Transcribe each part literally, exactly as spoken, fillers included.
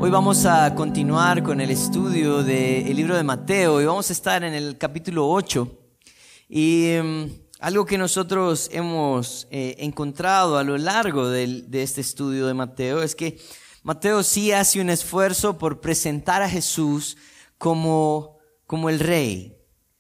Hoy vamos a continuar con el estudio del libro de Mateo y vamos a estar en el capítulo ocho. Y um, algo que nosotros hemos eh, encontrado a lo largo del, de este estudio de Mateo es que Mateo sí hace un esfuerzo por presentar a Jesús como, como el rey.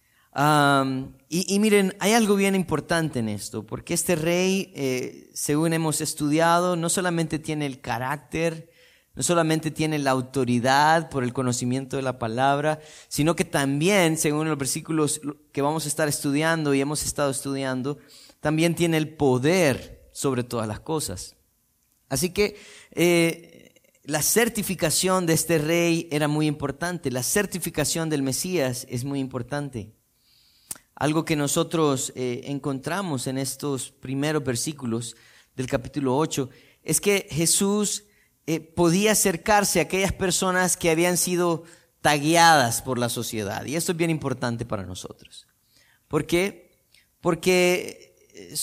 Um, y, y miren, hay algo bien importante en esto, porque este rey, eh, según hemos estudiado, no solamente tiene el carácter, no solamente tiene la autoridad por el conocimiento de la palabra, sino que también, según los versículos que vamos a estar estudiando y hemos estado estudiando, también tiene el poder sobre todas las cosas. Así que eh, la certificación de este rey era muy importante, la certificación del Mesías es muy importante. Algo que nosotros eh, encontramos en estos primeros versículos del capítulo ocho es que Jesús Eh, podía acercarse a aquellas personas que habían sido tagueadas por la sociedad. Y esto es bien importante para nosotros. ¿Por qué? Porque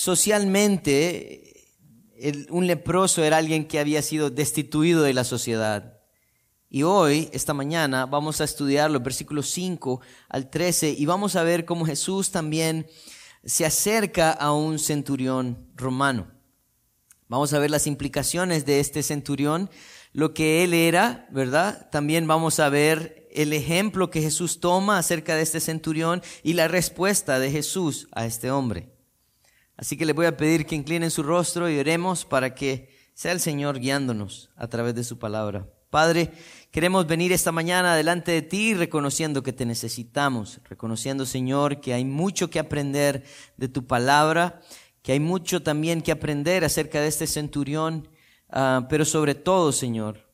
socialmente el, un leproso era alguien que había sido destituido de la sociedad. Y hoy, esta mañana, vamos a estudiar los versículos cinco al trece y vamos a ver cómo Jesús también se acerca a un centurión romano. Vamos a ver las implicaciones de este centurión, lo que él era, ¿verdad? También vamos a ver el ejemplo que Jesús toma acerca de este centurión y la respuesta de Jesús a este hombre. Así que les voy a pedir que inclinen su rostro y oremos para que sea el Señor guiándonos a través de su palabra. Padre, queremos venir esta mañana delante de ti reconociendo que te necesitamos, reconociendo, Señor, que hay mucho que aprender de tu palabra, que hay mucho también que aprender acerca de este centurión, uh, pero sobre todo, Señor,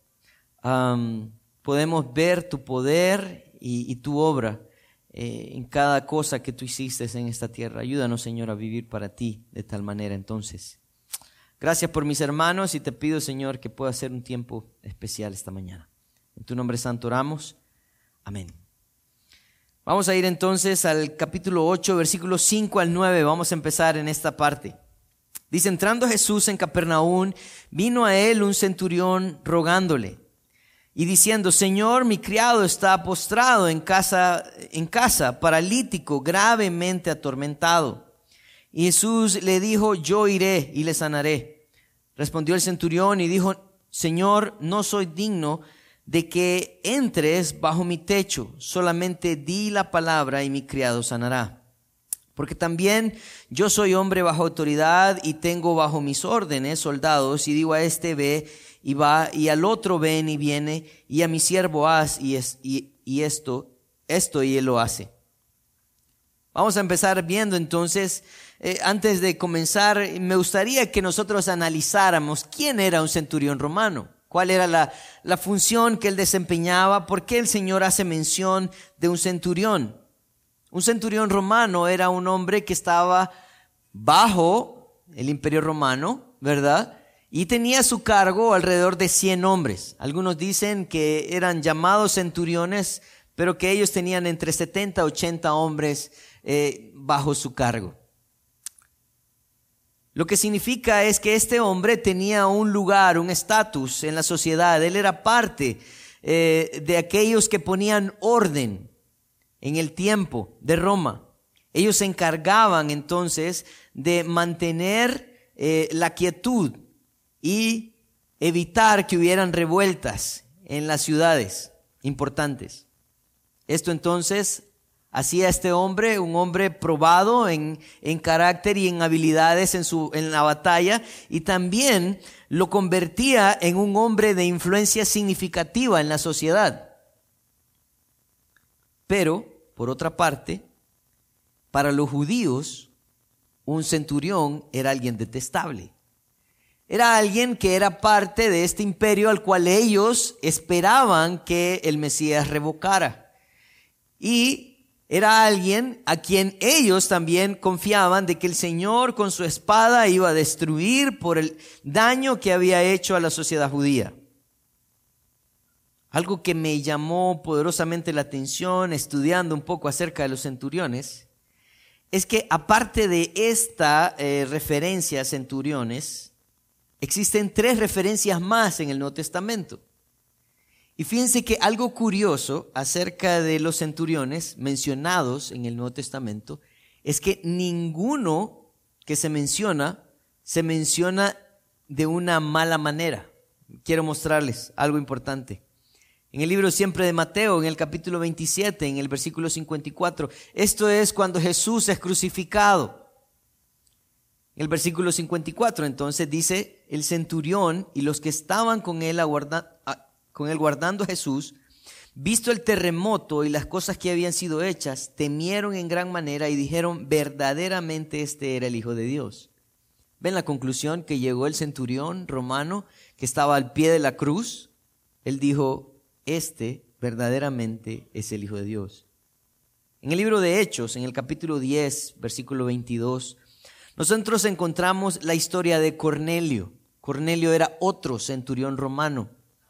um, podemos ver tu poder y, y tu obra eh, en cada cosa que tú hiciste en esta tierra. Ayúdanos, Señor, a vivir para ti de tal manera. Entonces, gracias por mis hermanos y te pido, Señor, que pueda ser un tiempo especial esta mañana. En tu nombre santo oramos. Amén. Vamos a ir entonces al capítulo ocho, versículos cinco al nueve. Vamos a empezar en esta parte. Dice, entrando Jesús en Capernaum, vino a él un centurión rogándole y diciendo, Señor, mi criado está postrado en casa, en casa, paralítico, gravemente atormentado. Y Jesús le dijo, yo iré y le sanaré. Respondió el centurión y dijo, Señor, no soy digno de que entres bajo mi techo, solamente di la palabra y mi criado sanará. Porque también yo soy hombre bajo autoridad y tengo bajo mis órdenes soldados, y digo a este ve y va, y al otro ven y viene, y a mi siervo haz y, es, y, y esto, esto y él lo hace. Vamos a empezar viendo entonces, eh, antes de comenzar, me gustaría que nosotros analizáramos quién era un centurión romano. ¿Cuál era la, la función que él desempeñaba? ¿Por qué el Señor hace mención de un centurión? Un centurión romano era un hombre que estaba bajo el imperio romano, ¿verdad? Y tenía a su cargo alrededor de cien hombres. Algunos dicen que eran llamados centuriones, pero que ellos tenían entre setenta y ochenta hombres eh, bajo su cargo. Lo que significa es que este hombre tenía un lugar, un estatus en la sociedad. Él era parte eh, de aquellos que ponían orden en el tiempo de Roma. Ellos se encargaban entonces de mantener eh, la quietud y evitar que hubieran revueltas en las ciudades importantes. Esto entonces hacía este hombre un hombre probado en, en carácter y en habilidades en, su, en la batalla, y también lo convertía en un hombre de influencia significativa en la sociedad. Pero, por otra parte, para los judíos, un centurión era alguien detestable. Era alguien que era parte de este imperio al cual ellos esperaban que el Mesías revocara. Y era alguien a quien ellos también confiaban de que el Señor con su espada iba a destruir por el daño que había hecho a la sociedad judía. Algo que me llamó poderosamente la atención estudiando un poco acerca de los centuriones es que aparte de esta eh, referencia a centuriones, existen tres referencias más en el Nuevo Testamento. Y fíjense que algo curioso acerca de los centuriones mencionados en el Nuevo Testamento es que ninguno que se menciona, se menciona de una mala manera. Quiero mostrarles algo importante. En el libro siempre de Mateo, en el capítulo veintisiete, en el versículo cincuenta y cuatro, esto es cuando Jesús es crucificado. En el versículo cincuenta y cuatro, entonces dice, el centurión y los que estaban con él, aguarda, con él guardando a Jesús, visto el terremoto y las cosas que habían sido hechas, temieron en gran manera y dijeron, verdaderamente este era el Hijo de Dios. ¿Ven la conclusión que llegó el centurión romano que estaba al pie de la cruz? Él dijo, este verdaderamente es el Hijo de Dios. En el libro de Hechos, en el capítulo diez, versículo veintidós, nosotros encontramos la historia de Cornelio. Cornelio era otro centurión romano,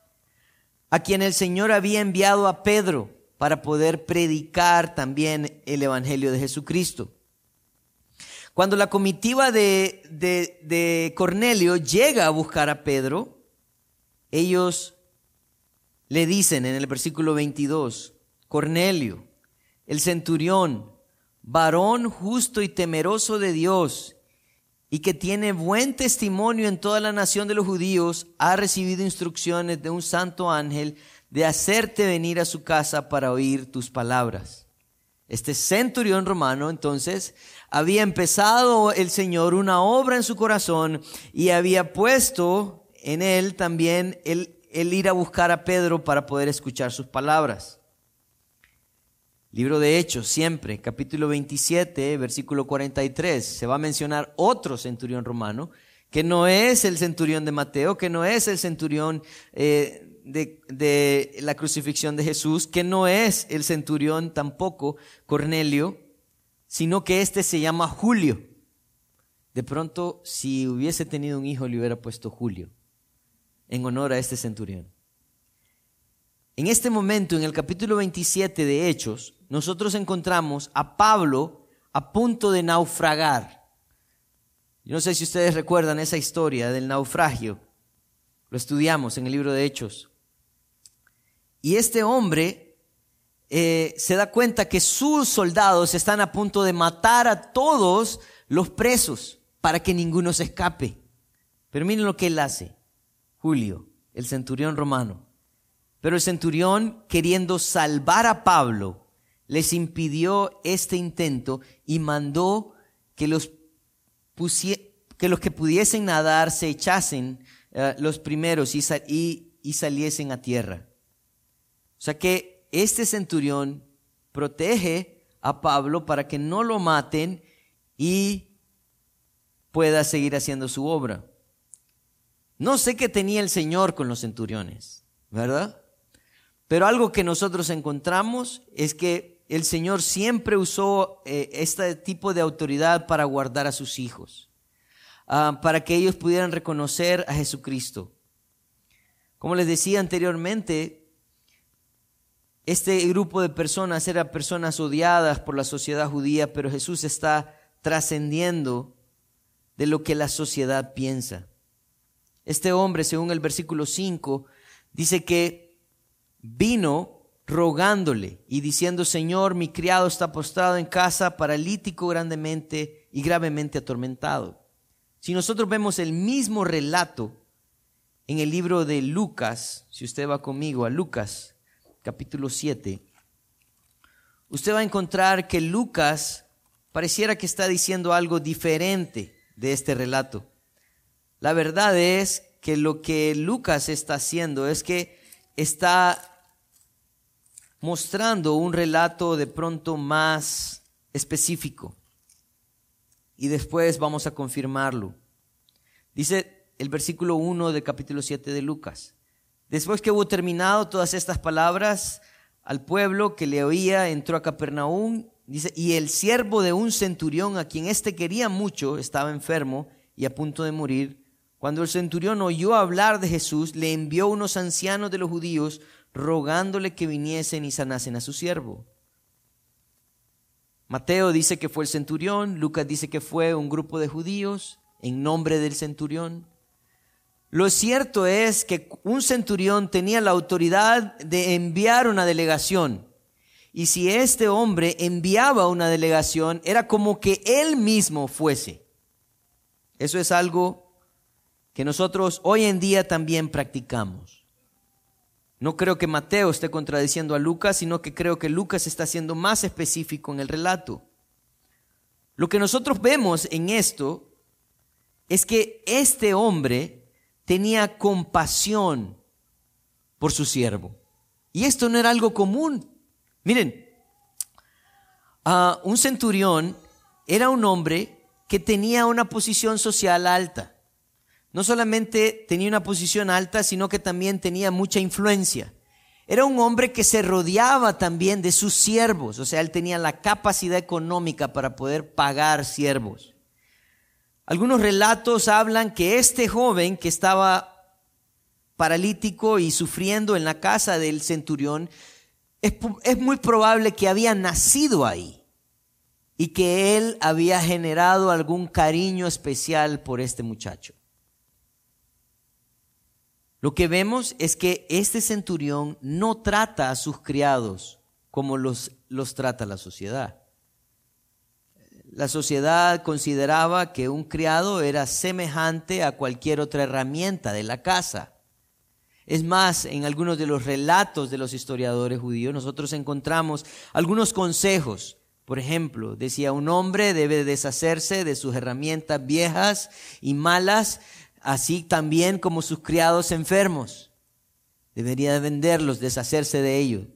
a quien el Señor había enviado a Pedro para poder predicar también el Evangelio de Jesucristo. Cuando la comitiva de, de, de Cornelio llega a buscar a Pedro, ellos le dicen en el versículo veintidós, Cornelio, el centurión, varón justo y temeroso de Dios, y que tiene buen testimonio en toda la nación de los judíos, ha recibido instrucciones de un santo ángel de hacerte venir a su casa para oír tus palabras. Este centurión romano, entonces, había empezado el Señor una obra en su corazón y había puesto en él también el, el ir a buscar a Pedro para poder escuchar sus palabras. Libro de Hechos, siempre, capítulo veintisiete, versículo cuarenta y tres, se va a mencionar otro centurión romano, que no es el centurión de Mateo, que no es el centurión eh, de, de la crucifixión de Jesús, que no es el centurión tampoco Cornelio, sino que este se llama Julio. De pronto, si hubiese tenido un hijo, le hubiera puesto Julio, en honor a este centurión. En este momento, en el capítulo veintisiete de Hechos, nosotros encontramos a Pablo a punto de naufragar. Yo no sé si ustedes recuerdan esa historia del naufragio. Lo estudiamos en el libro de Hechos. Y este hombre eh, se da cuenta que sus soldados están a punto de matar a todos los presos para que ninguno se escape. Pero miren lo que él hace. Julio, el centurión romano. Pero el centurión, queriendo salvar a Pablo, les impidió este intento y mandó que los, pusie, que, los que pudiesen nadar se echasen uh, los primeros y, sal, y, y saliesen a tierra. O sea que este centurión protege a Pablo para que no lo maten y pueda seguir haciendo su obra. No sé qué tenía el Señor con los centuriones, ¿verdad? Pero algo que nosotros encontramos es que el Señor siempre usó eh, este tipo de autoridad para guardar a sus hijos, uh, para que ellos pudieran reconocer a Jesucristo. Como les decía anteriormente, este grupo de personas eran personas odiadas por la sociedad judía, pero Jesús está trascendiendo de lo que la sociedad piensa. Este hombre, según el versículo cinco, dice que vino rogándole y diciendo, Señor, mi criado está postrado en casa, paralítico grandemente y gravemente atormentado. Si nosotros vemos el mismo relato en el libro de Lucas, si usted va conmigo a Lucas, capítulo siete, usted va a encontrar que Lucas pareciera que está diciendo algo diferente de este relato. La verdad es que lo que Lucas está haciendo es que está mostrando un relato de pronto más específico. Y después vamos a confirmarlo. Dice el versículo uno del capítulo siete de Lucas. Después que hubo terminado todas estas palabras al pueblo que le oía, entró a Capernaum. Dice, y el siervo de un centurión a quien éste quería mucho estaba enfermo y a punto de morir. Cuando el centurión oyó hablar de Jesús, le envió unos ancianos de los judíos rogándole que viniesen y sanasen a su siervo. Mateo dice que fue el centurión, Lucas dice que fue un grupo de judíos en nombre del centurión. Lo cierto es que un centurión tenía la autoridad de enviar una delegación. Y si este hombre enviaba una delegación, era como que él mismo fuese. Eso es algo que nosotros hoy en día también practicamos. No creo que Mateo esté contradiciendo a Lucas, sino que creo que Lucas está siendo más específico en el relato. Lo que nosotros vemos en esto es que este hombre tenía compasión por su siervo. Y esto no era algo común. Miren, uh, un centurión era un hombre que tenía una posición social alta. No solamente tenía una posición alta, sino que también tenía mucha influencia. Era un hombre que se rodeaba también de sus siervos, o sea, él tenía la capacidad económica para poder pagar siervos. Algunos relatos hablan que este joven que estaba paralítico y sufriendo en la casa del centurión, es, es muy probable que había nacido ahí y que él había generado algún cariño especial por este muchacho. Lo que vemos es que este centurión no trata a sus criados como los, los trata la sociedad. La sociedad consideraba que un criado era semejante a cualquier otra herramienta de la casa. Es más, en algunos de los relatos de los historiadores judíos nosotros encontramos algunos consejos. Por ejemplo, decía, un hombre debe deshacerse de sus herramientas viejas y malas, así también como sus criados enfermos. Debería venderlos, deshacerse de ellos.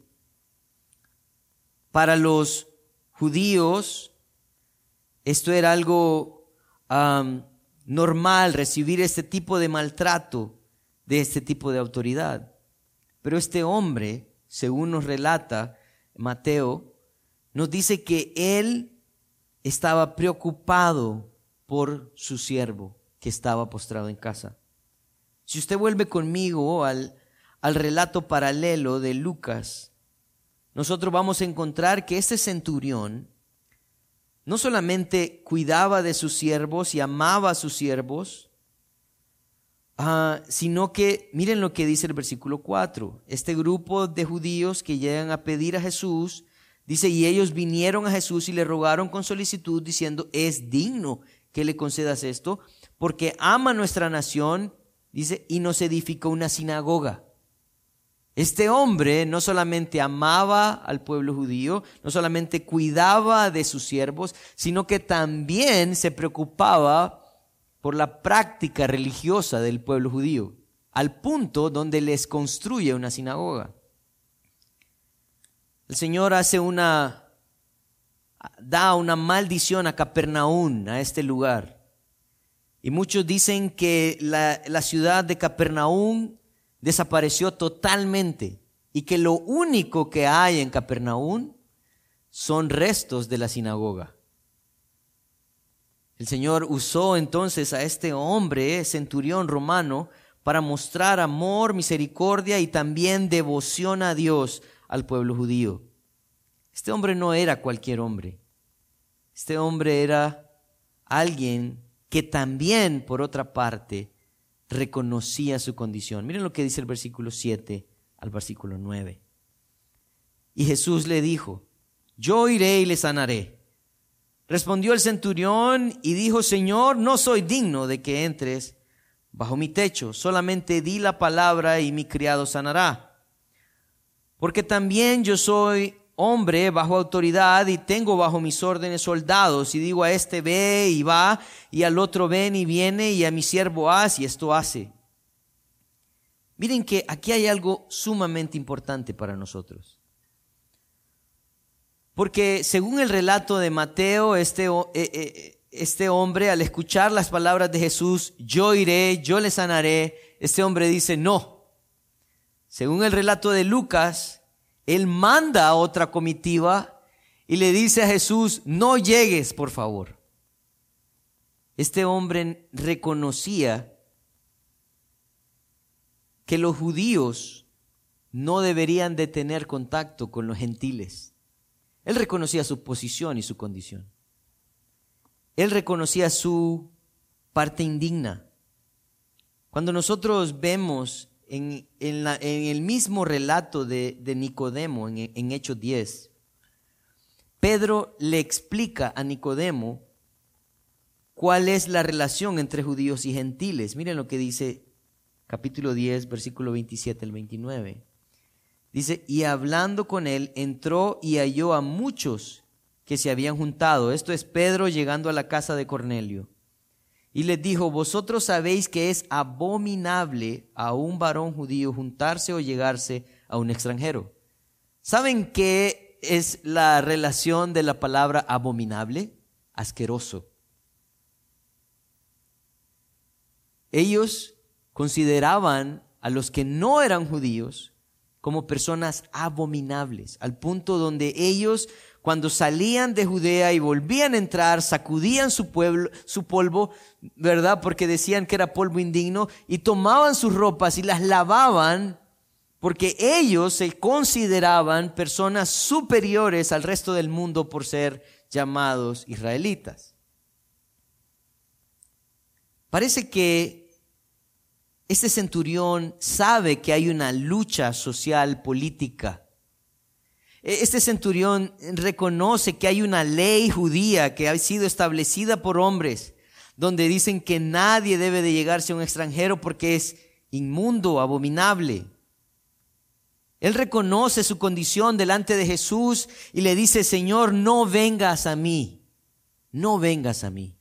Para los judíos, esto era algo um, normal, recibir este tipo de maltrato de este tipo de autoridad. Pero este hombre, según nos relata Mateo, nos dice que él estaba preocupado por su siervo que estaba postrado en casa. Si usted vuelve conmigo al, al relato paralelo de Lucas, nosotros vamos a encontrar que este centurión no solamente cuidaba de sus siervos y amaba a sus siervos, Uh, sino que, miren lo que dice el versículo cuatro. Este grupo de judíos que llegan a pedir a Jesús, dice, y ellos vinieron a Jesús y le rogaron con solicitud, diciendo, es digno que le concedas esto, porque ama nuestra nación, dice, y nos edificó una sinagoga. Este hombre no solamente amaba al pueblo judío, no solamente cuidaba de sus siervos, sino que también se preocupaba por la práctica religiosa del pueblo judío, al punto donde les construye una sinagoga. El Señor hace una, da una maldición a Capernaum, a este lugar. Y muchos dicen que la, la ciudad de Capernaum desapareció totalmente y que lo único que hay en Capernaum son restos de la sinagoga. El Señor usó entonces a este hombre, centurión romano, para mostrar amor, misericordia y también devoción a Dios al pueblo judío. Este hombre no era cualquier hombre. Este hombre era alguien que también, por otra parte, reconocía su condición. Miren lo que dice el versículo siete al versículo nueve. Y Jesús le dijo, yo iré y le sanaré. Respondió el centurión y dijo, Señor, no soy digno de que entres bajo mi techo, solamente di la palabra y mi criado sanará. Porque también yo soy hombre bajo autoridad y tengo bajo mis órdenes soldados, y digo a este ve y va, y al otro ven y viene, y a mi siervo haz y esto hace. Miren que aquí hay algo sumamente importante para nosotros. Porque según el relato de Mateo, este, este hombre al escuchar las palabras de Jesús, yo iré, yo le sanaré, este hombre dice no. Según el relato de Lucas, él manda a otra comitiva y le dice a Jesús, no llegues, por favor. Este hombre reconocía que los judíos no deberían de tener contacto con los gentiles. Él reconocía su posición y su condición. Él reconocía su parte indigna. Cuando nosotros vemos en, en, la, en el mismo relato de, de Nicodemo, en, en Hechos diez, Pedro le explica a Nicodemo cuál es la relación entre judíos y gentiles. Miren lo que dice capítulo diez, versículo veintisiete al veintinueve. Dice, y hablando con él, entró y halló a muchos que se habían juntado. Esto es Pedro llegando a la casa de Cornelio. Y les dijo, vosotros sabéis que es abominable a un varón judío juntarse o llegarse a un extranjero. ¿Saben qué es la relación de la palabra abominable? Asqueroso. Ellos consideraban a los que no eran judíos como personas abominables, al punto donde ellos, cuando salían de Judea y volvían a entrar, sacudían su pueblo, su polvo, ¿verdad? Porque decían que era polvo indigno, y tomaban sus ropas y las lavaban, porque ellos se consideraban personas superiores al resto del mundo por ser llamados israelitas. Parece que este centurión sabe que hay una lucha social política. Este centurión reconoce que hay una ley judía que ha sido establecida por hombres, donde dicen que nadie debe de llegarse a un extranjero porque es inmundo, abominable. Él reconoce su condición delante de Jesús y le dice, Señor, no vengas a mí, no vengas a mí.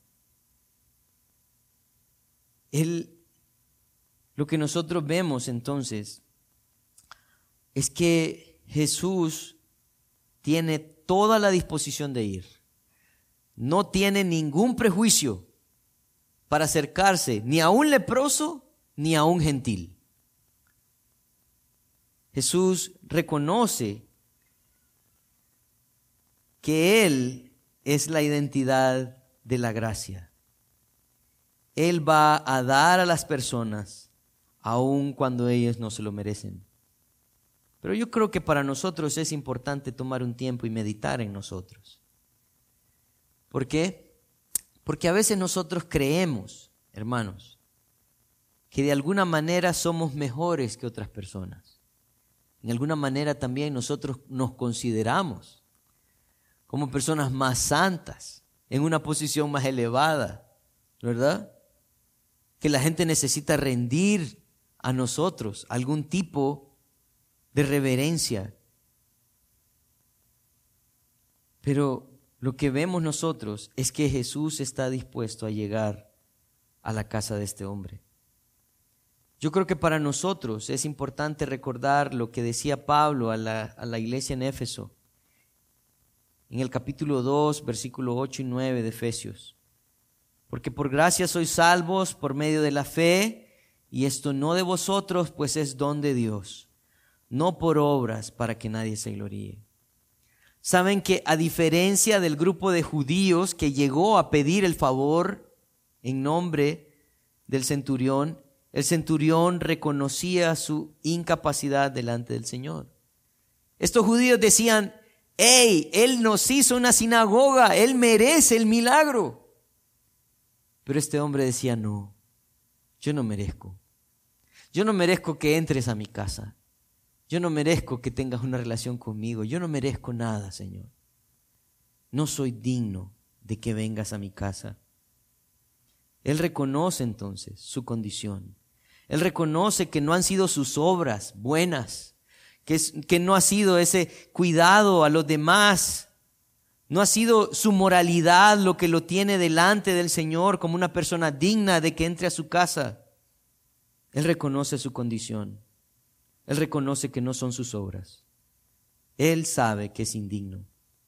Él Lo que nosotros vemos entonces es que Jesús tiene toda la disposición de ir. No tiene ningún prejuicio para acercarse ni a un leproso ni a un gentil. Jesús reconoce que Él es la identidad de la gracia. Él va a dar a las personas aun cuando ellos no se lo merecen. Pero yo creo que para nosotros es importante tomar un tiempo y meditar en nosotros. ¿Por qué? Porque a veces nosotros creemos, hermanos, que de alguna manera somos mejores que otras personas. En alguna manera también nosotros nos consideramos como personas más santas, en una posición más elevada, ¿verdad? Que la gente necesita rendir a nosotros algún tipo de reverencia. Pero lo que vemos nosotros es que Jesús está dispuesto a llegar a la casa de este hombre. Yo creo que para nosotros es importante recordar lo que decía Pablo a la, a la iglesia en Éfeso, en el capítulo dos, versículo ocho y nueve de Efesios. Porque por gracia sois salvos por medio de la fe, y esto no de vosotros, pues es don de Dios, no por obras para que nadie se gloríe. Saben que a diferencia del grupo de judíos que llegó a pedir el favor en nombre del centurión, el centurión reconocía su incapacidad delante del Señor. Estos judíos decían, hey, Él nos hizo una sinagoga, Él merece el milagro. Pero este hombre decía, no, yo no merezco. Yo no merezco que entres a mi casa. Yo no merezco que tengas una relación conmigo. Yo no merezco nada, Señor. No soy digno de que vengas a mi casa. Él reconoce entonces su condición. Él reconoce que no han sido sus obras buenas, que, es, que no ha sido ese cuidado a los demás, no ha sido su moralidad lo que lo tiene delante del Señor como una persona digna de que entre a su casa. Él reconoce su condición. Él reconoce que no son sus obras. Él sabe que es indigno.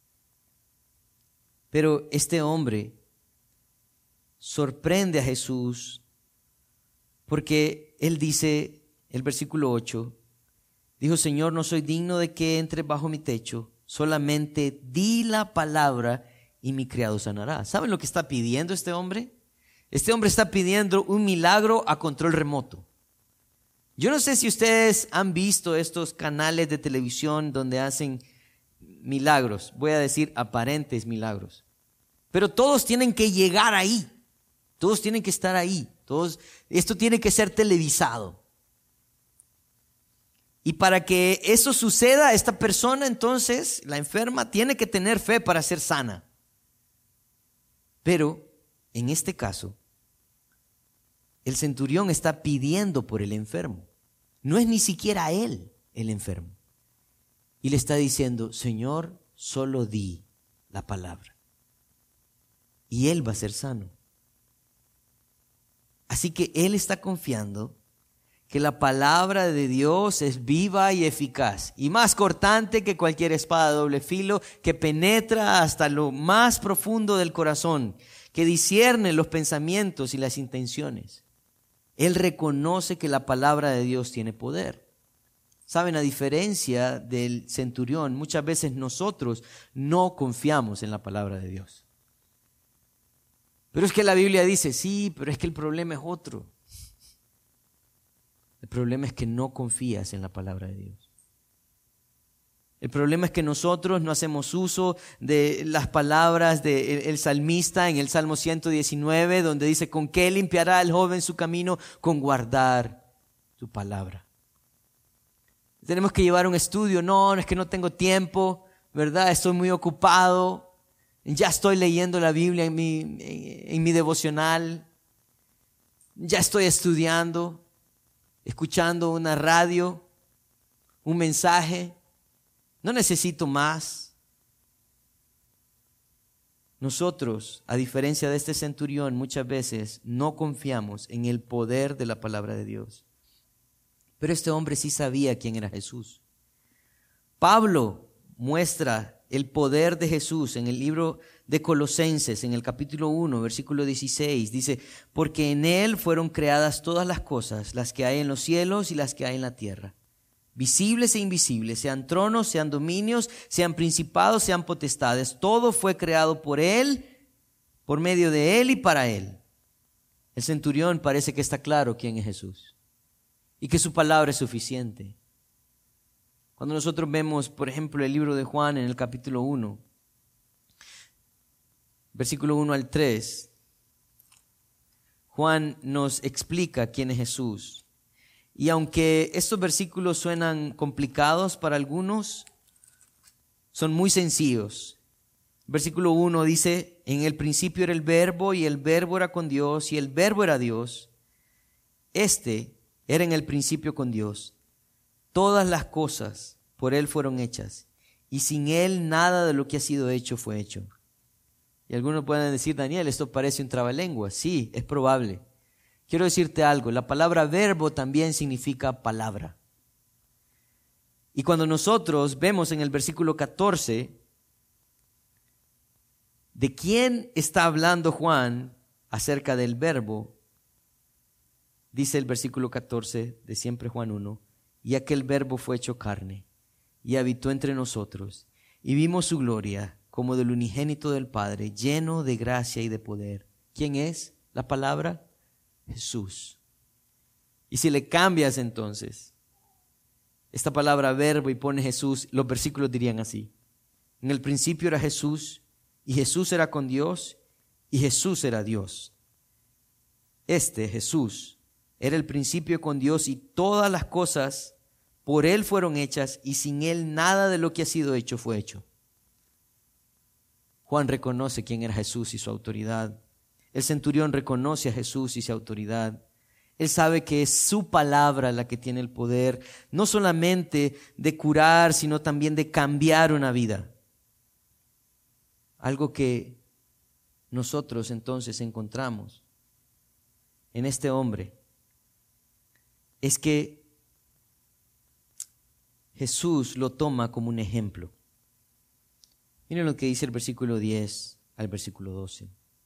Pero este hombre sorprende a Jesús porque él dice, el versículo ocho, dijo, Señor, no soy digno de que entres bajo mi techo, solamente di la palabra y mi criado sanará. ¿Saben lo que está pidiendo este hombre? Este hombre está pidiendo un milagro a control remoto. Yo no sé si ustedes han visto estos canales de televisión donde hacen milagros, voy a decir aparentes milagros, pero todos tienen que llegar ahí, todos tienen que estar ahí, Todos, esto tiene que ser televisado. Y para que eso suceda, esta persona entonces, la enferma, tiene que tener fe para ser sana. Pero en este caso, el centurión está pidiendo por el enfermo. No es ni siquiera él el enfermo. Y le está diciendo, Señor, solo di la palabra. Y él va a ser sano. Así que él está confiando que la palabra de Dios es viva y eficaz y más cortante que cualquier espada de doble filo, que penetra hasta lo más profundo del corazón, que discierne los pensamientos y las intenciones. Él reconoce que la palabra de Dios tiene poder. Saben, a diferencia del centurión, muchas veces nosotros no confiamos en la palabra de Dios. Pero es que la Biblia dice, sí, pero es que el problema es otro. El problema es que no confías en la palabra de Dios. El problema es que nosotros no hacemos uso de las palabras del salmista en el Salmo ciento diecinueve, donde dice, ¿con qué limpiará el joven su camino? Con guardar tu palabra. Tenemos que llevar un estudio. No, no es que no tengo tiempo, ¿verdad? Estoy muy ocupado. Ya estoy leyendo la Biblia en mi, en mi devocional. Ya estoy estudiando, escuchando una radio, un mensaje. No necesito más. Nosotros, a diferencia de este centurión, muchas veces no confiamos en el poder de la palabra de Dios. Pero este hombre sí sabía quién era Jesús. Pablo muestra el poder de Jesús en el libro de Colosenses, en el capítulo uno, versículo dieciséis. Dice, porque en Él fueron creadas todas las cosas, las que hay en los cielos y las que hay en la tierra, visibles e invisibles, sean tronos, sean dominios, sean principados, sean potestades. Todo fue creado por Él, por medio de Él y para Él. El centurión parece que está claro quién es Jesús y que su palabra es suficiente. Cuando nosotros vemos, por ejemplo, el libro de Juan en el capítulo uno, versículo uno al tres, Juan nos explica quién es Jesús. Y aunque estos versículos suenan complicados para algunos, son muy sencillos. Versículo uno dice, en el principio era el verbo y el verbo era con Dios y el verbo era Dios. Este era en el principio con Dios. Todas las cosas por Él fueron hechas y sin Él nada de lo que ha sido hecho fue hecho. Y algunos pueden decir, Daniel, esto parece un trabalengua. Sí, es probable. Quiero decirte algo, la palabra verbo también significa palabra. Y cuando nosotros vemos en el versículo catorce, ¿de quién está hablando Juan acerca del verbo? Dice el versículo catorce de siempre Juan uno, y aquel verbo fue hecho carne y habitó entre nosotros y vimos su gloria como del unigénito del Padre, lleno de gracia y de poder. ¿Quién es la palabra? Jesús. Y si le cambias entonces esta palabra verbo y pones Jesús, los versículos dirían así. En el principio era Jesús y Jesús era con Dios y Jesús era Dios. Este Jesús era el principio con Dios y todas las cosas por Él fueron hechas y sin Él nada de lo que ha sido hecho fue hecho. Juan reconoce quién era Jesús y su autoridad. El centurión reconoce a Jesús y su autoridad. Él sabe que es su palabra la que tiene el poder, no solamente de curar, sino también de cambiar una vida. Algo que nosotros entonces encontramos en este hombre es que Jesús lo toma como un ejemplo. Miren lo que dice el versículo diez al versículo doce.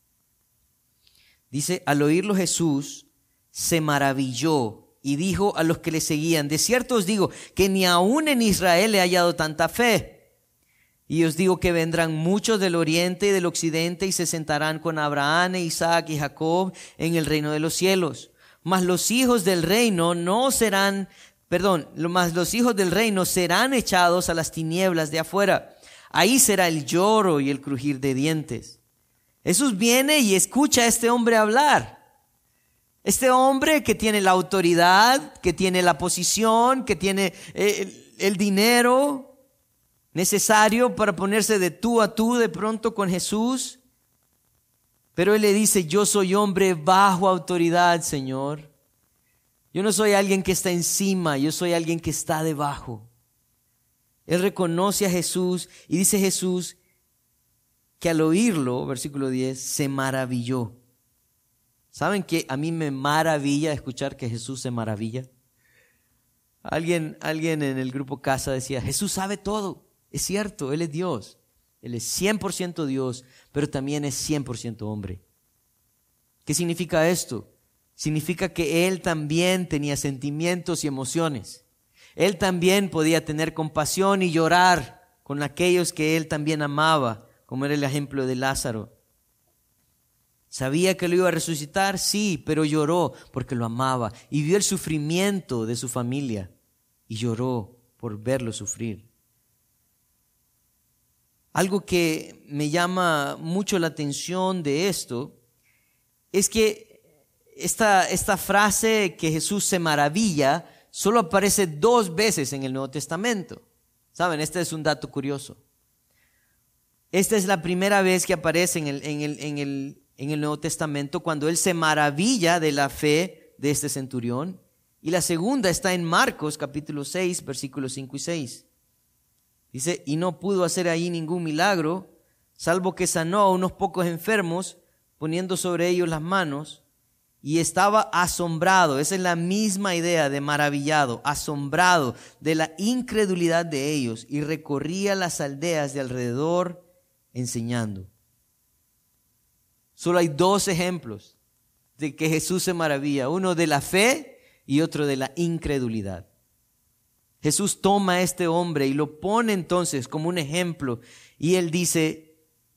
Dice, al oírlo Jesús se maravilló y dijo a los que le seguían, de cierto os digo que ni aún en Israel he hallado tanta fe. Y os digo que vendrán muchos del oriente y del occidente y se sentarán con Abraham, Isaac y Jacob en el reino de los cielos. Mas los hijos del reino no serán, perdón, mas los hijos del reino serán echados a las tinieblas de afuera. Ahí será el lloro y el crujir de dientes. Jesús viene y escucha a este hombre hablar. Este hombre que tiene la autoridad, que tiene la posición, que tiene el, el dinero necesario para ponerse de tú a tú de pronto con Jesús. Pero él le dice, yo soy hombre bajo autoridad, Señor. Yo no soy alguien que está encima, yo soy alguien que está debajo. Él reconoce a Jesús y dice Jesús que al oírlo, versículo diez, se maravilló. ¿Saben que a mí me maravilla escuchar que Jesús se maravilla? Alguien, alguien en el grupo Casa decía, Jesús sabe todo. Es cierto, Él es Dios. Él es cien por ciento Dios, pero también es cien por ciento hombre. ¿Qué significa esto? Significa que Él también tenía sentimientos y emociones. Él también podía tener compasión y llorar con aquellos que Él también amaba, como era el ejemplo de Lázaro. ¿Sabía que lo iba a resucitar? Sí, pero lloró porque lo amaba y vio el sufrimiento de su familia y lloró por verlo sufrir. Algo que me llama mucho la atención de esto es que esta, esta frase que Jesús se maravilla solo aparece dos veces en el Nuevo Testamento. ¿Saben? Este es un dato curioso. Esta es la primera vez que aparece en el, en el, en el en el Nuevo Testamento cuando él se maravilla de la fe de este centurión, y la segunda está en Marcos capítulo seis versículos cinco y seis. Dice, y no pudo hacer ahí ningún milagro, salvo que sanó a unos pocos enfermos, poniendo sobre ellos las manos, y estaba asombrado. Esa es la misma idea de maravillado, asombrado de la incredulidad de ellos, y recorría las aldeas de alrededor enseñando. Solo hay dos ejemplos de que Jesús se maravilla, uno de la fe y otro de la incredulidad. Jesús toma a este hombre y lo pone entonces como un ejemplo, y él dice,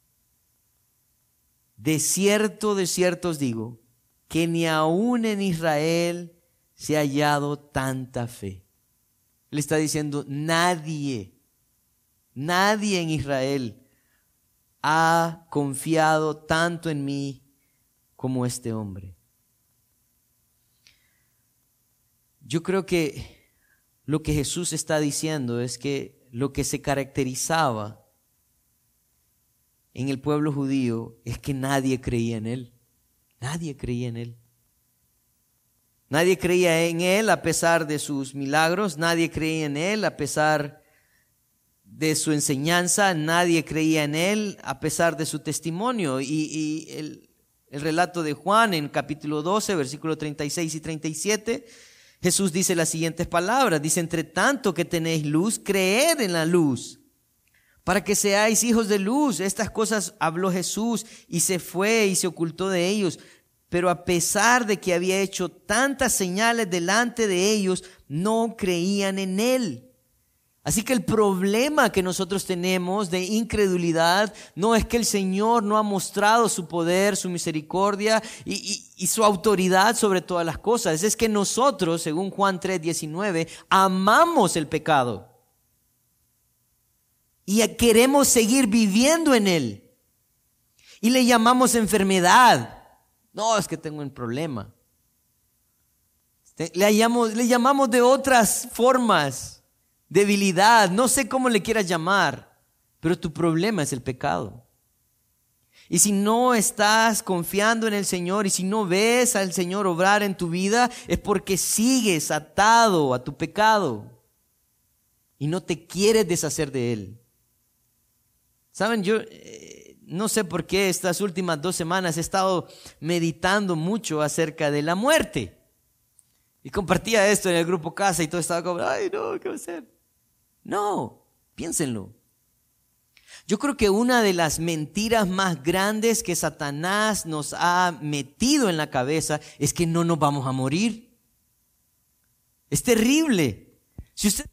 de cierto, de cierto os digo, que ni aún en Israel se ha hallado tanta fe. Él está diciendo, nadie, nadie en Israel ha confiado tanto en mí como este hombre. Yo creo que lo que Jesús está diciendo es que lo que se caracterizaba en el pueblo judío es que nadie creía en Él. Nadie creía en Él. Nadie creía en Él a pesar de sus milagros. Nadie creía en Él a pesar de su enseñanza. Nadie creía en Él a pesar de su testimonio. Y, y el, el relato de Juan en capítulo doce, versículos treinta y seis y treinta y siete, Jesús dice las siguientes palabras. Dice, entre tanto que tenéis luz, creed en la luz, para que seáis hijos de luz. Estas cosas habló Jesús y se fue y se ocultó de ellos. Pero a pesar de que había hecho tantas señales delante de ellos, no creían en Él. Así que el problema que nosotros tenemos de incredulidad no es que el Señor no ha mostrado su poder, su misericordia y, y, y su autoridad sobre todas las cosas. Es que nosotros, según Juan tres diecinueve, amamos el pecado y queremos seguir viviendo en él. Y le llamamos enfermedad. No, es que tengo un problema. Le llamamos, le llamamos de otras formas. Debilidad, no sé cómo le quieras llamar, pero tu problema es el pecado. Y si no estás confiando en el Señor y si no ves al Señor obrar en tu vida, es porque sigues atado a tu pecado y no te quieres deshacer de él. Saben, yo eh, no sé por qué estas últimas dos semanas he estado meditando mucho acerca de la muerte. Y compartía esto en el grupo Casa y todo estaba como, ay no, ¿qué va a hacer? No, piénsenlo. Yo creo que una de las mentiras más grandes que Satanás nos ha metido en la cabeza es que no nos vamos a morir. Es terrible. Si usted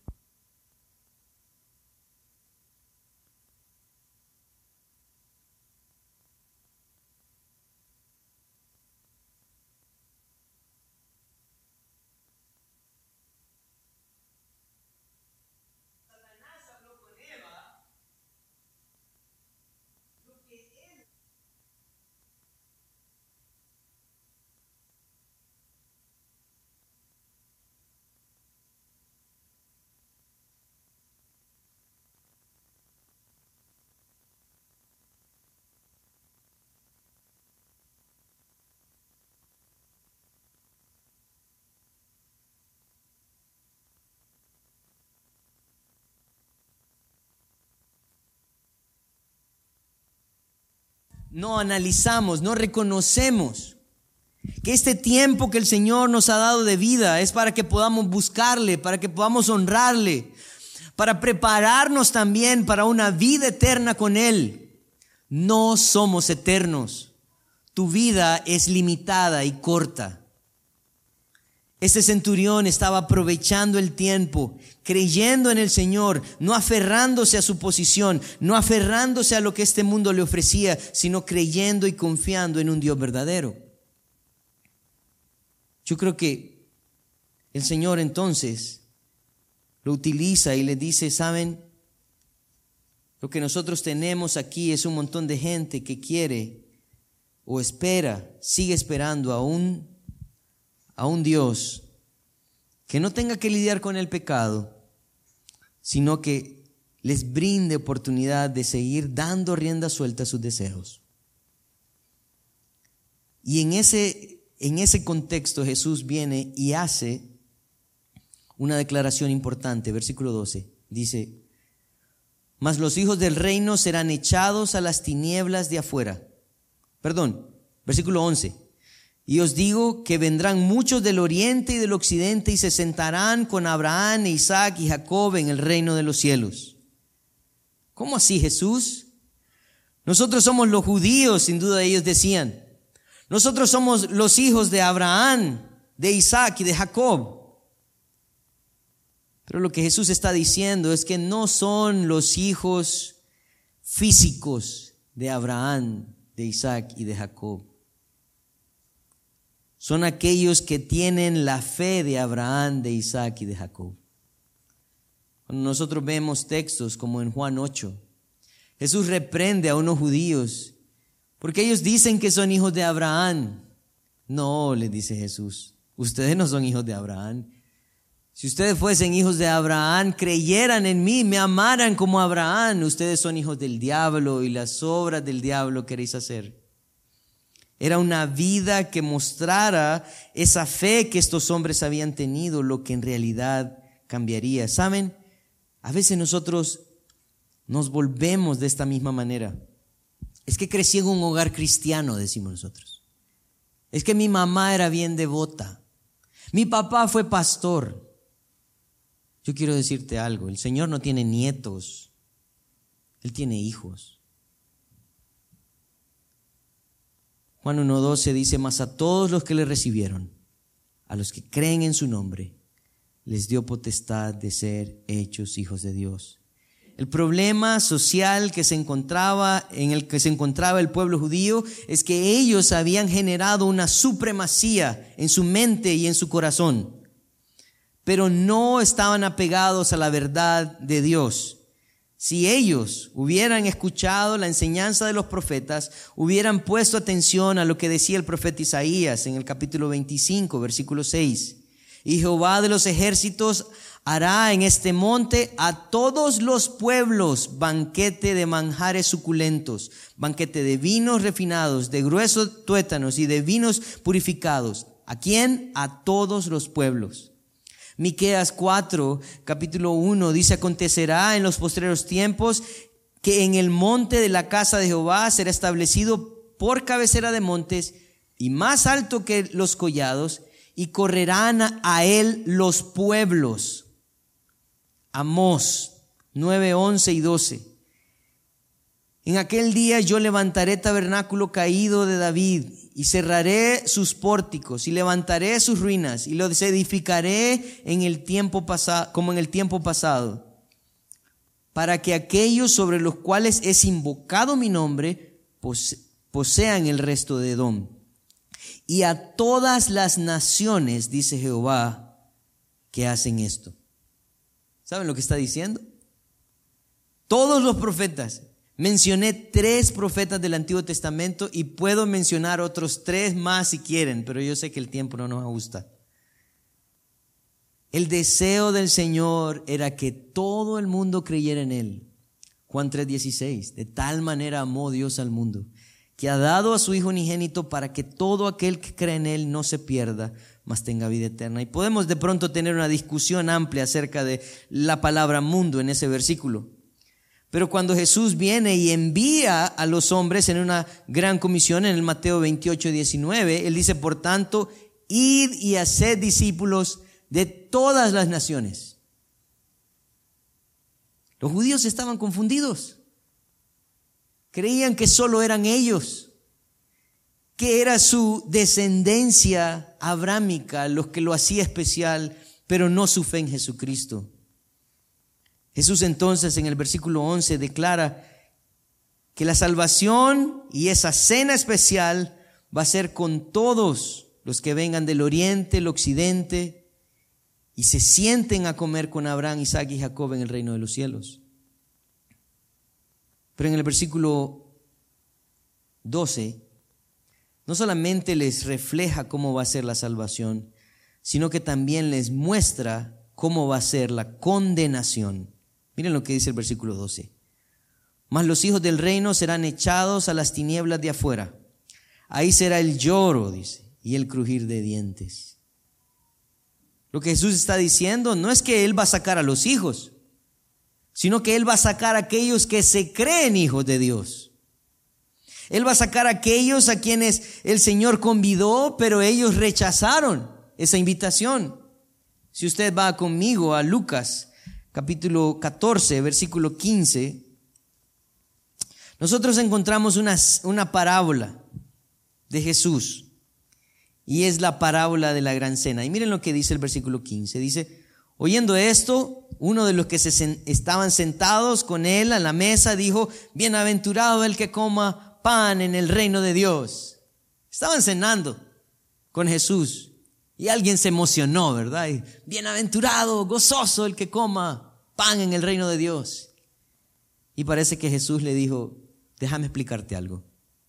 no analizamos, no reconocemos que este tiempo que el Señor nos ha dado de vida es para que podamos buscarle, para que podamos honrarle, para prepararnos también para una vida eterna con Él. No somos eternos. Tu vida es limitada y corta. Este centurión estaba aprovechando el tiempo, creyendo en el Señor, no aferrándose a su posición, no aferrándose a lo que este mundo le ofrecía, sino creyendo y confiando en un Dios verdadero. Yo creo que el Señor entonces lo utiliza y le dice, ¿saben? Lo que nosotros tenemos aquí es un montón de gente que quiere o espera, sigue esperando a un, a un Dios que no tenga que lidiar con el pecado, sino que les brinde oportunidad de seguir dando rienda suelta a sus deseos. Y en ese En ese contexto Jesús viene y hace una declaración importante. Versículo doce dice, mas los hijos del reino serán echados a las tinieblas de afuera. Perdón, versículo once. Y os digo que vendrán muchos del oriente y del occidente y se sentarán con Abraham, Isaac y Jacob en el reino de los cielos. ¿Cómo así, Jesús? Nosotros somos los judíos, sin duda ellos decían. Nosotros somos los hijos de Abraham, de Isaac y de Jacob. Pero lo que Jesús está diciendo es que no son los hijos físicos de Abraham, de Isaac y de Jacob. Son aquellos que tienen la fe de Abraham, de Isaac y de Jacob. Cuando nosotros vemos textos como en Juan ocho, Jesús reprende a unos judíos porque ellos dicen que son hijos de Abraham. No, les dice Jesús, ustedes no son hijos de Abraham. Si ustedes fuesen hijos de Abraham, creyeran en mí, me amaran como Abraham. Ustedes son hijos del diablo y las obras del diablo queréis hacer. Era una vida que mostrara esa fe que estos hombres habían tenido, lo que en realidad cambiaría. ¿Saben? A veces nosotros nos volvemos de esta misma manera. Es que crecí en un hogar cristiano, decimos nosotros. Es que mi mamá era bien devota. Mi papá fue pastor. Yo quiero decirte algo, el Señor no tiene nietos, Él tiene hijos. Juan uno doce dice, mas a todos los que le recibieron, a los que creen en su nombre, les dio potestad de ser hechos hijos de Dios. El problema social que se encontraba, en el que se encontraba el pueblo judío es que ellos habían generado una supremacía en su mente y en su corazón, pero no estaban apegados a la verdad de Dios. Si ellos hubieran escuchado la enseñanza de los profetas, hubieran puesto atención a lo que decía el profeta Isaías en el capítulo veinticinco, versículo seis. Y Jehová de los ejércitos hará en este monte a todos los pueblos banquete de manjares suculentos, banquete de vinos refinados, de gruesos tuétanos y de vinos purificados. ¿A quién? A todos los pueblos. Miqueas cuatro, capítulo uno, dice, acontecerá en los postreros tiempos que en el monte de la casa de Jehová será establecido por cabecera de montes y más alto que los collados, y correrán a él los pueblos. Amós nueve, once y doce. En aquel día yo levantaré tabernáculo caído de David y cerraré sus pórticos y levantaré sus ruinas y los edificaré en el tiempo pasado, como en el tiempo pasado, para que aquellos sobre los cuales es invocado mi nombre pose- posean el resto de Edom. Y a todas las naciones, dice Jehová, que hacen esto. ¿Saben lo que está diciendo? Todos los profetas. Mencioné tres profetas del Antiguo Testamento y puedo mencionar otros tres más si quieren, pero yo sé que el tiempo no nos gusta. El deseo del Señor era que todo el mundo creyera en Él. Juan tres dieciséis, de tal manera amó Dios al mundo, que ha dado a su Hijo unigénito para que todo aquel que cree en Él no se pierda, mas tenga vida eterna. Y podemos de pronto tener una discusión amplia acerca de la palabra mundo en ese versículo. Pero cuando Jesús viene y envía a los hombres en una gran comisión en el Mateo veintiocho, diecinueve, Él dice, por tanto, id y haced discípulos de todas las naciones. Los judíos estaban confundidos. Creían que solo eran ellos, que era su descendencia abrámica los que lo hacía especial, pero no su fe en Jesucristo. Jesús entonces en el versículo once declara que la salvación y esa cena especial va a ser con todos los que vengan del oriente, el occidente, y se sienten a comer con Abraham, Isaac y Jacob en el reino de los cielos. Pero en el versículo doce, no solamente les refleja cómo va a ser la salvación, sino que también les muestra cómo va a ser la condenación. Miren lo que dice el versículo doce. Mas los hijos del reino serán echados a las tinieblas de afuera. Ahí será el lloro, dice, y el crujir de dientes. Lo que Jesús está diciendo no es que Él va a sacar a los hijos, sino que Él va a sacar a aquellos que se creen hijos de Dios. Él va a sacar a aquellos a quienes el Señor convidó, pero ellos rechazaron esa invitación. Si usted va conmigo a Lucas capítulo catorce, versículo quince, nosotros encontramos una, una parábola de Jesús, y es la parábola de la gran cena. Y miren lo que dice el versículo quince. Dice, oyendo esto, uno de los que se sen, estaban sentados con él a la mesa dijo, bienaventurado el que coma pan en el reino de Dios. Estaban cenando con Jesús. Y alguien se emocionó, ¿verdad? Y, bienaventurado, gozoso el que coma pan en el reino de Dios. Y parece que Jesús le dijo, déjame explicarte algo.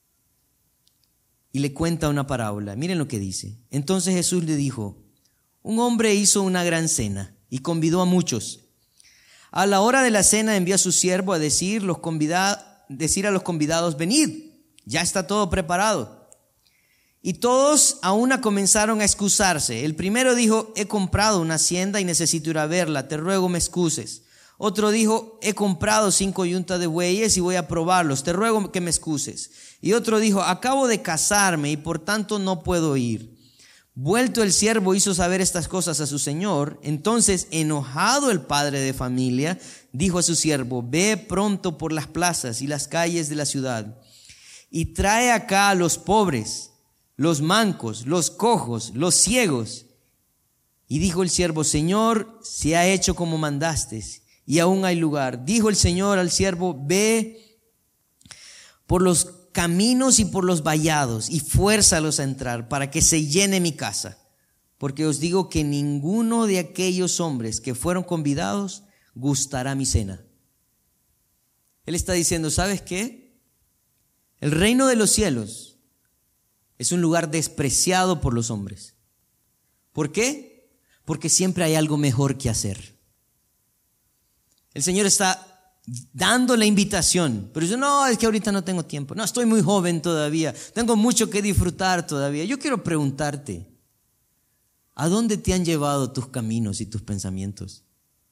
Y le cuenta una parábola. Miren lo que dice. Entonces Jesús le dijo, un hombre hizo una gran cena y convidó a muchos. A la hora de la cena envió a su siervo a decir, los convida, decir a los convidados, venid, ya está todo preparado. Y todos a una comenzaron a excusarse. El primero dijo, he comprado una hacienda y necesito ir a verla, te ruego me excuses. Otro dijo, he comprado cinco yuntas de bueyes y voy a probarlos, te ruego que me excuses. Y otro dijo, acabo de casarme y por tanto no puedo ir. Vuelto el siervo hizo saber estas cosas a su señor. Entonces, enojado el padre de familia, dijo a su siervo, ve pronto por las plazas y las calles de la ciudad y trae acá a los pobres, los mancos, los cojos, los ciegos. Y dijo el siervo, Señor, se ha hecho como mandaste y aún hay lugar. Dijo el Señor al siervo, ve por los caminos y por los vallados y fuérzalos a entrar para que se llene mi casa. Porque os digo que ninguno de aquellos hombres que fueron convidados gustará mi cena. Él está diciendo, ¿sabes qué? El reino de los cielos es un lugar despreciado por los hombres. ¿Por qué? Porque siempre hay algo mejor que hacer. El Señor está dando la invitación, pero dice, no, es que ahorita no tengo tiempo. No, estoy muy joven todavía. Tengo mucho que disfrutar todavía. Yo quiero preguntarte, ¿a dónde te han llevado tus caminos y tus pensamientos?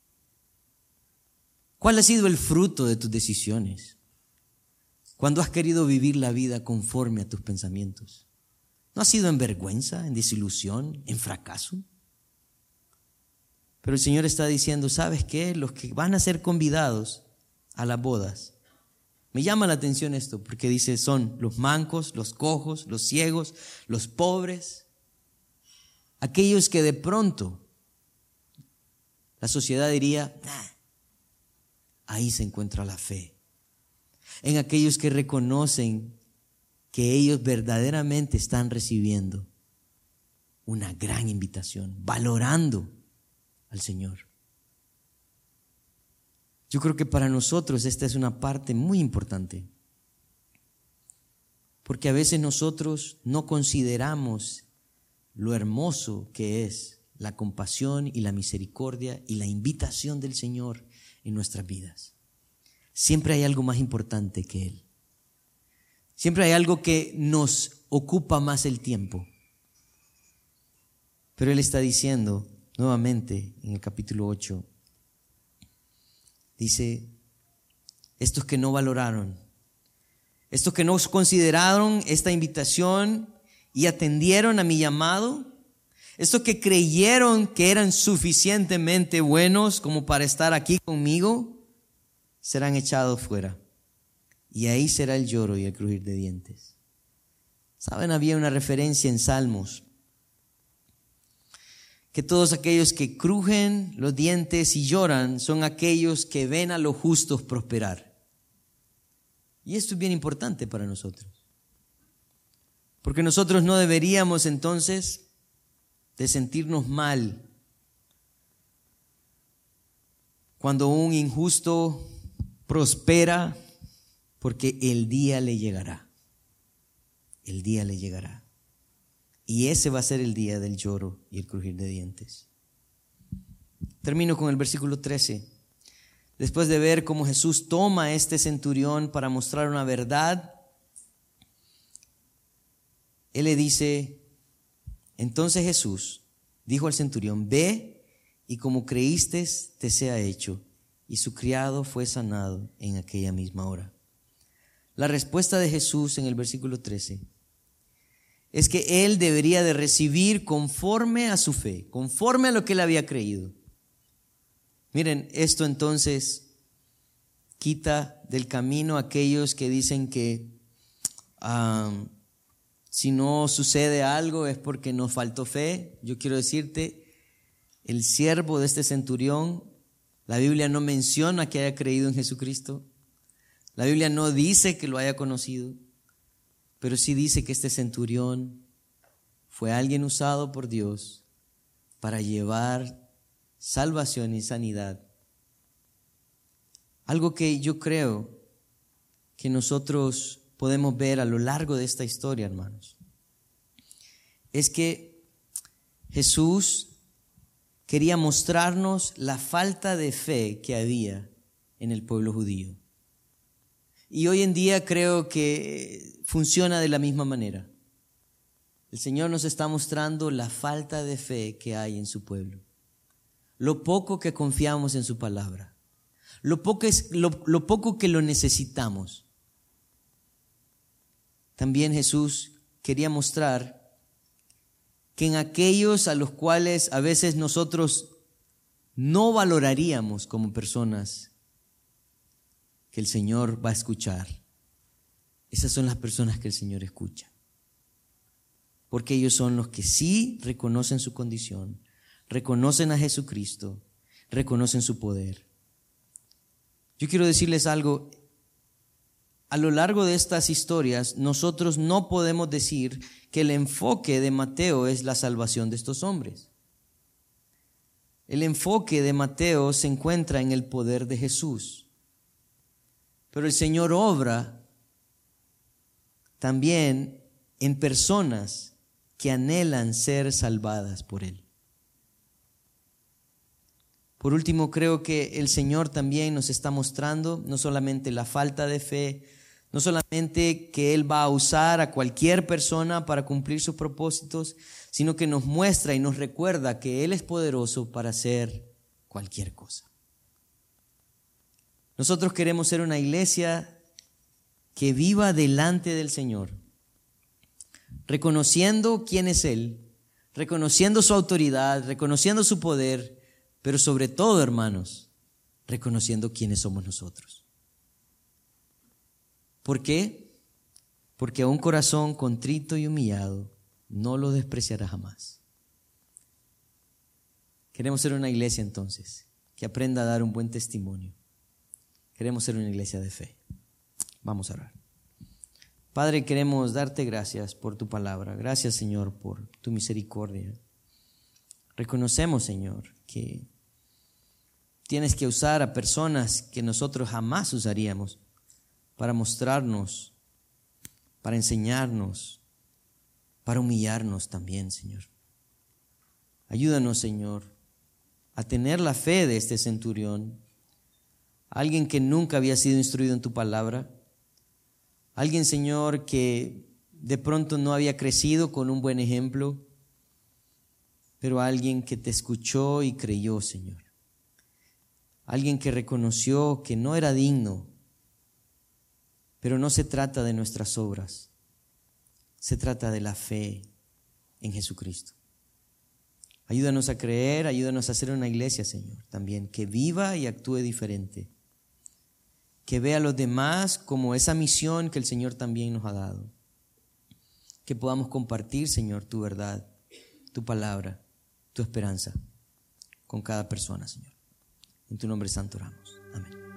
¿Cuál ha sido el fruto de tus decisiones? Cuando has querido vivir la vida conforme a tus pensamientos. ¿No ha sido en vergüenza, en desilusión, en fracaso? Pero el Señor está diciendo, ¿sabes qué? Los que van a ser convidados a las bodas. Me llama la atención esto, porque dice, son los mancos, los cojos, los ciegos, los pobres. Aquellos que de pronto la sociedad diría, nah, ahí se encuentra la fe. En aquellos que reconocen que ellos verdaderamente están recibiendo una gran invitación, valorando al Señor. Yo creo que para nosotros esta es una parte muy importante, porque a veces nosotros no consideramos lo hermoso que es la compasión y la misericordia y la invitación del Señor en nuestras vidas. Siempre hay algo más importante que Él. Siempre hay algo que nos ocupa más el tiempo. Pero Él está diciendo nuevamente en el capítulo ocho, dice, estos que no valoraron, estos que no consideraron esta invitación y atendieron a mi llamado, estos que creyeron que eran suficientemente buenos como para estar aquí conmigo, serán echados fuera. Y ahí será el lloro y el crujir de dientes. Saben, había una referencia en Salmos, que todos aquellos que crujen los dientes y lloran son aquellos que ven a los justos prosperar. Y esto es bien importante para nosotros. Porque nosotros no deberíamos entonces de sentirnos mal cuando un injusto prospera, porque el día le llegará. El día le llegará. Y ese va a ser el día del lloro y el crujir de dientes. Termino con el versículo trece. Después de ver cómo Jesús toma a este centurión para mostrar una verdad, Él le dice, entonces Jesús dijo al centurión, ve y como creíste te sea hecho. Y su criado fue sanado en aquella misma hora. La respuesta de Jesús en el versículo trece es que él debería de recibir conforme a su fe, conforme a lo que él había creído. Miren, esto entonces quita del camino a aquellos que dicen que um, si no sucede algo es porque nos faltó fe. Yo quiero decirte, el siervo de este centurión, la Biblia no menciona que haya creído en Jesucristo. La Biblia no dice que lo haya conocido, pero sí dice que este centurión fue alguien usado por Dios para llevar salvación y sanidad. Algo que yo creo que nosotros podemos ver a lo largo de esta historia, hermanos, es que Jesús quería mostrarnos la falta de fe que había en el pueblo judío. Y hoy en día creo que funciona de la misma manera. El Señor nos está mostrando la falta de fe que hay en su pueblo. Lo poco que confiamos en su palabra. Lo poco, es, lo, lo poco que lo necesitamos. También Jesús quería mostrar que en aquellos a los cuales a veces nosotros no valoraríamos como personas, que el Señor va a escuchar. Esas son las personas que el Señor escucha. Porque ellos son los que sí reconocen su condición, reconocen a Jesucristo, reconocen su poder. Yo quiero decirles algo. A lo largo de estas historias, nosotros no podemos decir que el enfoque de Mateo es la salvación de estos hombres. El enfoque de Mateo se encuentra en el poder de Jesús. Pero el Señor obra también en personas que anhelan ser salvadas por Él. Por último, creo que el Señor también nos está mostrando no solamente la falta de fe, no solamente que Él va a usar a cualquier persona para cumplir sus propósitos, sino que nos muestra y nos recuerda que Él es poderoso para hacer cualquier cosa. Nosotros queremos ser una iglesia que viva delante del Señor, reconociendo quién es Él, reconociendo su autoridad, reconociendo su poder, pero sobre todo, hermanos, reconociendo quiénes somos nosotros. ¿Por qué? Porque a un corazón contrito y humillado no lo despreciará jamás. Queremos ser una iglesia entonces que aprenda a dar un buen testimonio. Queremos ser una iglesia de fe. Vamos a orar. Padre, queremos darte gracias por tu palabra. Gracias, Señor, por tu misericordia. Reconocemos, Señor, que tienes que usar a personas que nosotros jamás usaríamos para mostrarnos, para enseñarnos, para humillarnos también, Señor. Ayúdanos, Señor, a tener la fe de este centurión, alguien que nunca había sido instruido en tu palabra, alguien, Señor, que de pronto no había crecido con un buen ejemplo, pero alguien que te escuchó y creyó, Señor. Alguien que reconoció que no era digno Pero no se trata de nuestras obras, se trata de la fe en Jesucristo. Ayúdanos a creer, ayúdanos a hacer una iglesia, Señor, también que viva y actúe diferente, que vea a los demás como esa misión que el Señor también nos ha dado, que podamos compartir, Señor, tu verdad, tu palabra, tu esperanza con cada persona, Señor. En tu nombre santo oramos. Amén.